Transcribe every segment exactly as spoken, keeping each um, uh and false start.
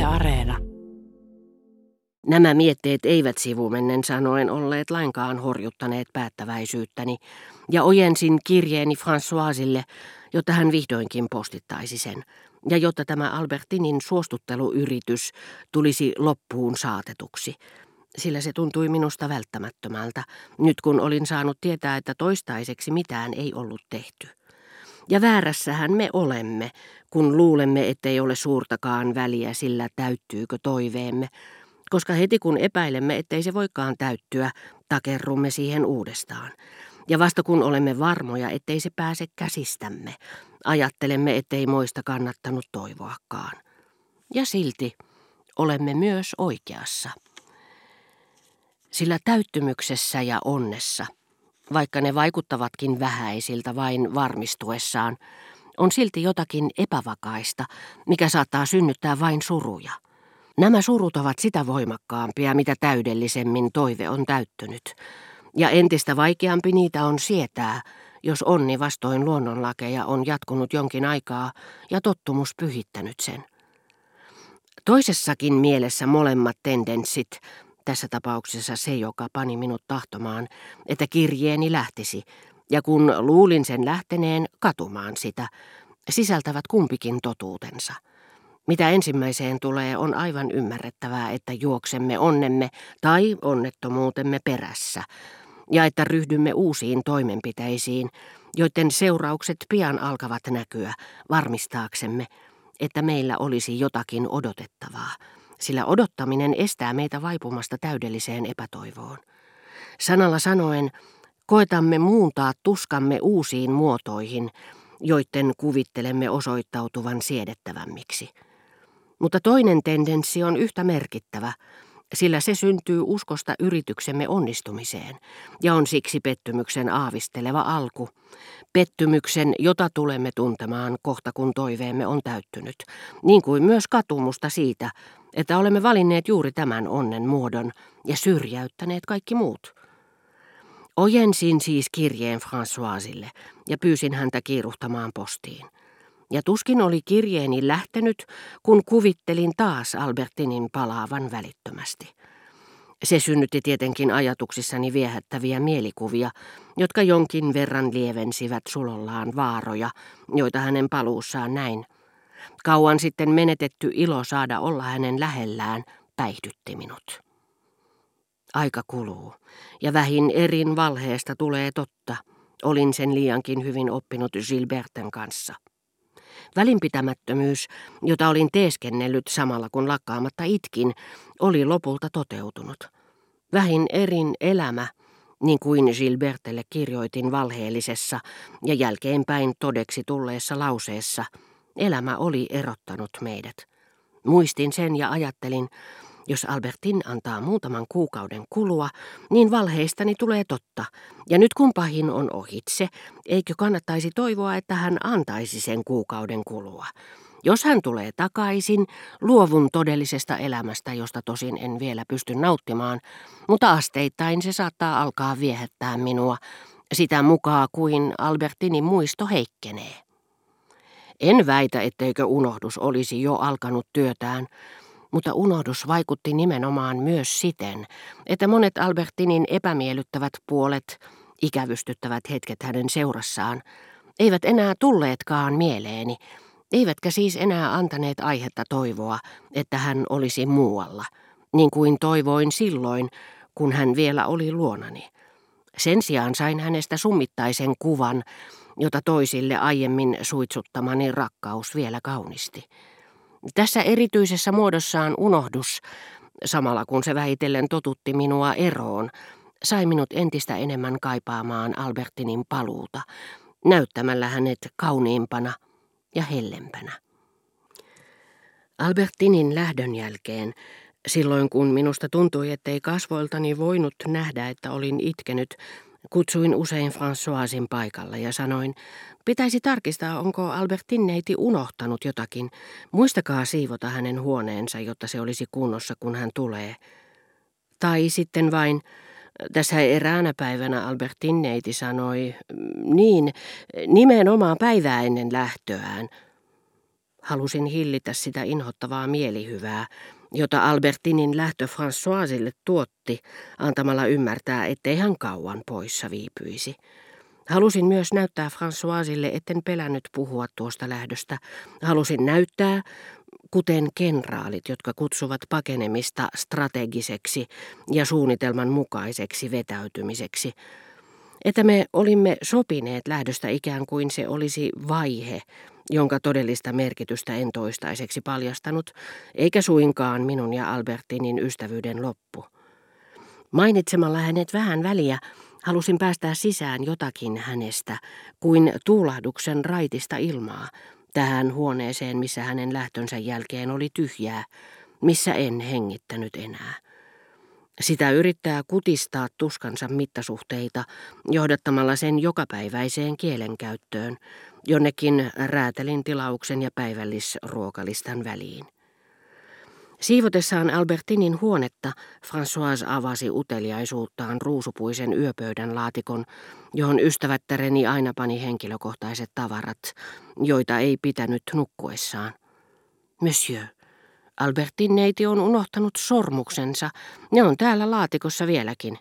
Areena. Nämä mietteet eivät sivumennen sanoen olleet lainkaan horjuttaneet päättäväisyyttäni, ja ojensin kirjeeni Françoisille, jotta hän vihdoinkin postittaisi sen, ja jotta tämä Albertinin suostutteluyritys tulisi loppuun saatetuksi, sillä se tuntui minusta välttämättömältä, nyt kun olin saanut tietää, että toistaiseksi mitään ei ollut tehty. Ja väärässähän me olemme, kun luulemme, ettei ole suurtakaan väliä sillä täyttyykö toiveemme, koska heti kun epäilemme, ettei se voikaan täyttyä, takerrumme siihen uudestaan. Ja vasta kun olemme varmoja, ettei se pääse käsistämme, ajattelemme, ettei moista kannattanut toivoakaan. Ja silti olemme myös oikeassa. Sillä täyttymyksessä ja onnessa, vaikka ne vaikuttavatkin vähäisiltä vain varmistuessaan, on silti jotakin epävakaista, mikä saattaa synnyttää vain suruja. Nämä surut ovat sitä voimakkaampia, mitä täydellisemmin toive on täyttynyt, ja entistä vaikeampi niitä on sietää, jos onni vastoin luonnonlakeja on jatkunut jonkin aikaa ja tottumus pyhittänyt sen. Toisessakin mielessä molemmat tendenssit, tässä tapauksessa se, joka pani minut tahtomaan, että kirjeeni lähtisi, ja kun luulin sen lähteneen katumaan sitä, sisältävät kumpikin totuutensa. Mitä ensimmäiseen tulee, on aivan ymmärrettävää, että juoksemme onnemme tai onnettomuutemme perässä, ja että ryhdymme uusiin toimenpiteisiin, joiden seuraukset pian alkavat näkyä varmistaaksemme, että meillä olisi jotakin odotettavaa, sillä odottaminen estää meitä vaipumasta täydelliseen epätoivoon. Sanalla sanoen, koetamme muuntaa tuskamme uusiin muotoihin, joiden kuvittelemme osoittautuvan siedettävämmiksi. Mutta toinen tendenssi on yhtä merkittävä, sillä se syntyy uskosta yrityksemme onnistumiseen ja on siksi pettymyksen aavisteleva alku. Pettymyksen, jota tulemme tuntemaan kohta kun toiveemme on täyttynyt, niin kuin myös katumusta siitä, että olemme valinneet juuri tämän onnen muodon ja syrjäyttäneet kaikki muut. Ojensin siis kirjeen Françoisille ja pyysin häntä kiiruhtamaan postiin. Ja tuskin oli kirjeeni lähtenyt, kun kuvittelin taas Albertinin palaavan välittömästi. Se synnytti tietenkin ajatuksissani viehättäviä mielikuvia, jotka jonkin verran lievensivät sulollaan vaaroja, joita hänen paluussaan näin. Kauan sitten menetetty ilo saada olla hänen lähellään päihdytti minut. Aika kuluu, ja vähin erin valheesta tulee totta. Olin sen liiankin hyvin oppinut Gilberten kanssa. Välinpitämättömyys, jota olin teeskennellyt samalla kun lakkaamatta itkin, oli lopulta toteutunut. Vähin erin elämä, niin kuin Gilbertelle kirjoitin valheellisessa ja jälkeenpäin todeksi tulleessa lauseessa, elämä oli erottanut meidät. Muistin sen ja ajattelin, jos Albertin antaa muutaman kuukauden kulua, niin valheistani tulee totta, ja nyt kun pahin on ohitse, eikö kannattaisi toivoa, että hän antaisi sen kuukauden kulua. Jos hän tulee takaisin, luovun todellisesta elämästä, josta tosin en vielä pysty nauttimaan, mutta asteittain se saattaa alkaa viehättää minua, sitä mukaan kuin Albertinin muisto heikkenee. En väitä, etteikö unohdus olisi jo alkanut työtään, mutta unohdus vaikutti nimenomaan myös siten, että monet Albertinin epämiellyttävät puolet, ikävystyttävät hetket hänen seurassaan, eivät enää tulleetkaan mieleeni, eivätkä siis enää antaneet aihetta toivoa, että hän olisi muualla, niin kuin toivoin silloin, kun hän vielä oli luonani. Sen sijaan sain hänestä summittaisen kuvan, jota toisille aiemmin suitsuttamani rakkaus vielä kaunisti. Tässä erityisessä muodossaan unohdus, samalla kun se vähitellen totutti minua eroon, sai minut entistä enemmän kaipaamaan Albertinin paluuta, näyttämällä hänet kauniimpana ja hellempänä. Albertinin lähdön jälkeen, silloin kun minusta tuntui, ettei kasvoiltani voinut nähdä, että olin itkenyt, kutsuin usein Françoisin paikalle ja sanoin, pitäisi tarkistaa, onko Albertin neiti unohtanut jotakin. Muistakaa siivota hänen huoneensa, jotta se olisi kunnossa, kun hän tulee. Tai sitten vain, tässä eräänä päivänä Albertin neiti sanoi, niin, nimenomaan päivää ennen lähtöään. Halusin hillitä sitä inhottavaa mielihyvää, jota Albertinin lähtö Françoisille tuotti, antamalla ymmärtää, ettei hän kauan poissa viipyisi. Halusin myös näyttää Françoisille, etten pelännyt puhua tuosta lähdöstä. Halusin näyttää, kuten kenraalit, jotka kutsuvat pakenemista strategiseksi ja suunnitelman mukaiseksi vetäytymiseksi, että me olimme sopineet lähdöstä ikään kuin se olisi vaihe, jonka todellista merkitystä en toistaiseksi paljastanut, eikä suinkaan minun ja Albertinin ystävyyden loppu. Mainitsemalla hänet vähän väliä, halusin päästää sisään jotakin hänestä, kuin tuulahduksen raitista ilmaa, tähän huoneeseen, missä hänen lähtönsä jälkeen oli tyhjää, missä en hengittänyt enää. Sitä yrittää kutistaa tuskansa mittasuhteita, johdattamalla sen jokapäiväiseen kielenkäyttöön, jonnekin räätelin tilauksen ja päivällisruokalistan väliin. Siivotessaan Albertinin huonetta Françoise avasi uteliaisuuttaan ruusupuisen yöpöydän laatikon, johon ystävättäreni aina pani henkilökohtaiset tavarat, joita ei pitänyt nukkuessaan. Monsieur, Albertin neiti on unohtanut sormuksensa, ne on täällä laatikossa vieläkin.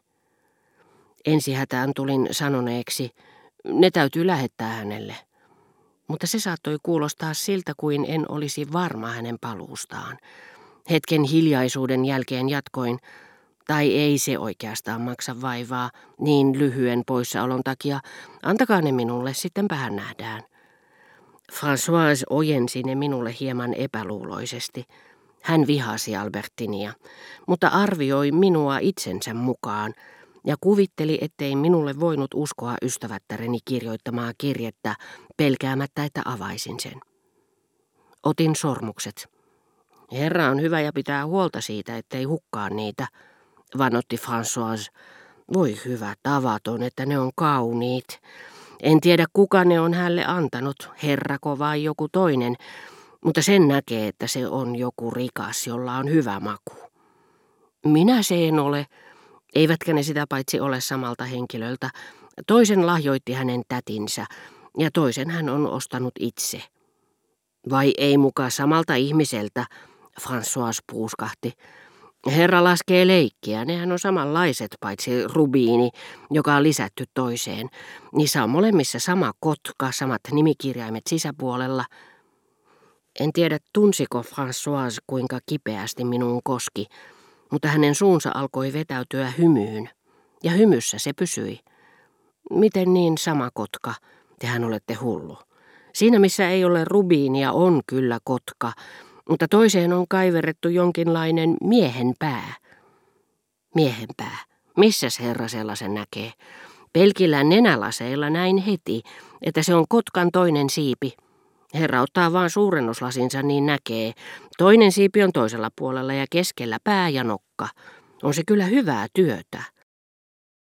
Ensihätään tulin sanoneeksi, ne täytyy lähettää hänelle. Mutta se saattoi kuulostaa siltä, kuin en olisi varma hänen paluustaan. Hetken hiljaisuuden jälkeen jatkoin, tai ei se oikeastaan maksa vaivaa, niin lyhyen poissaolon takia, antakaa ne minulle, sittenpähän nähdään. Françoise ojensi ne minulle hieman epäluuloisesti. Hän vihasi Albertinia, mutta arvioi minua itsensä mukaan ja kuvitteli, ettei minulle voinut uskoa ystävättäreni kirjoittamaa kirjettä pelkäämättä, että avaisin sen. Otin sormukset. Herra on hyvä ja pitää huolta siitä, ettei hukkaa niitä, vannotti Françoise. Voi hyvä tavaton, että ne on kauniit. En tiedä, kuka ne on hänelle antanut, herrako vai joku toinen, mutta sen näkee, että se on joku rikas, jolla on hyvä maku. Minä se en ole, eivätkä ne sitä paitsi ole samalta henkilöltä. Toisen lahjoitti hänen tätinsä ja toisen hän on ostanut itse. Vai ei muka samalta ihmiseltä, Françoise puuskahti. Herra laskee leikkiä, nehän on samanlaiset, paitsi rubiini, joka on lisätty toiseen. Niissä on molemmissa sama kotka, samat nimikirjaimet sisäpuolella. En tiedä, tunsiko Françoise, kuinka kipeästi minuun koski, mutta hänen suunsa alkoi vetäytyä hymyyn, ja hymyssä se pysyi. Miten niin sama kotka, tehän olette hullu. Siinä, missä ei ole rubiinia, on kyllä kotka, mutta toiseen on kaiverrettu jonkinlainen miehen pää. Miehen pää. Missäs herra sellaisen näkee? Pelkillä nenälaseilla näin heti, että se on kotkan toinen siipi. Herra ottaa vaan suurennuslasinsa, niin näkee. Toinen siipi on toisella puolella ja keskellä pää ja nokka. On se kyllä hyvää työtä.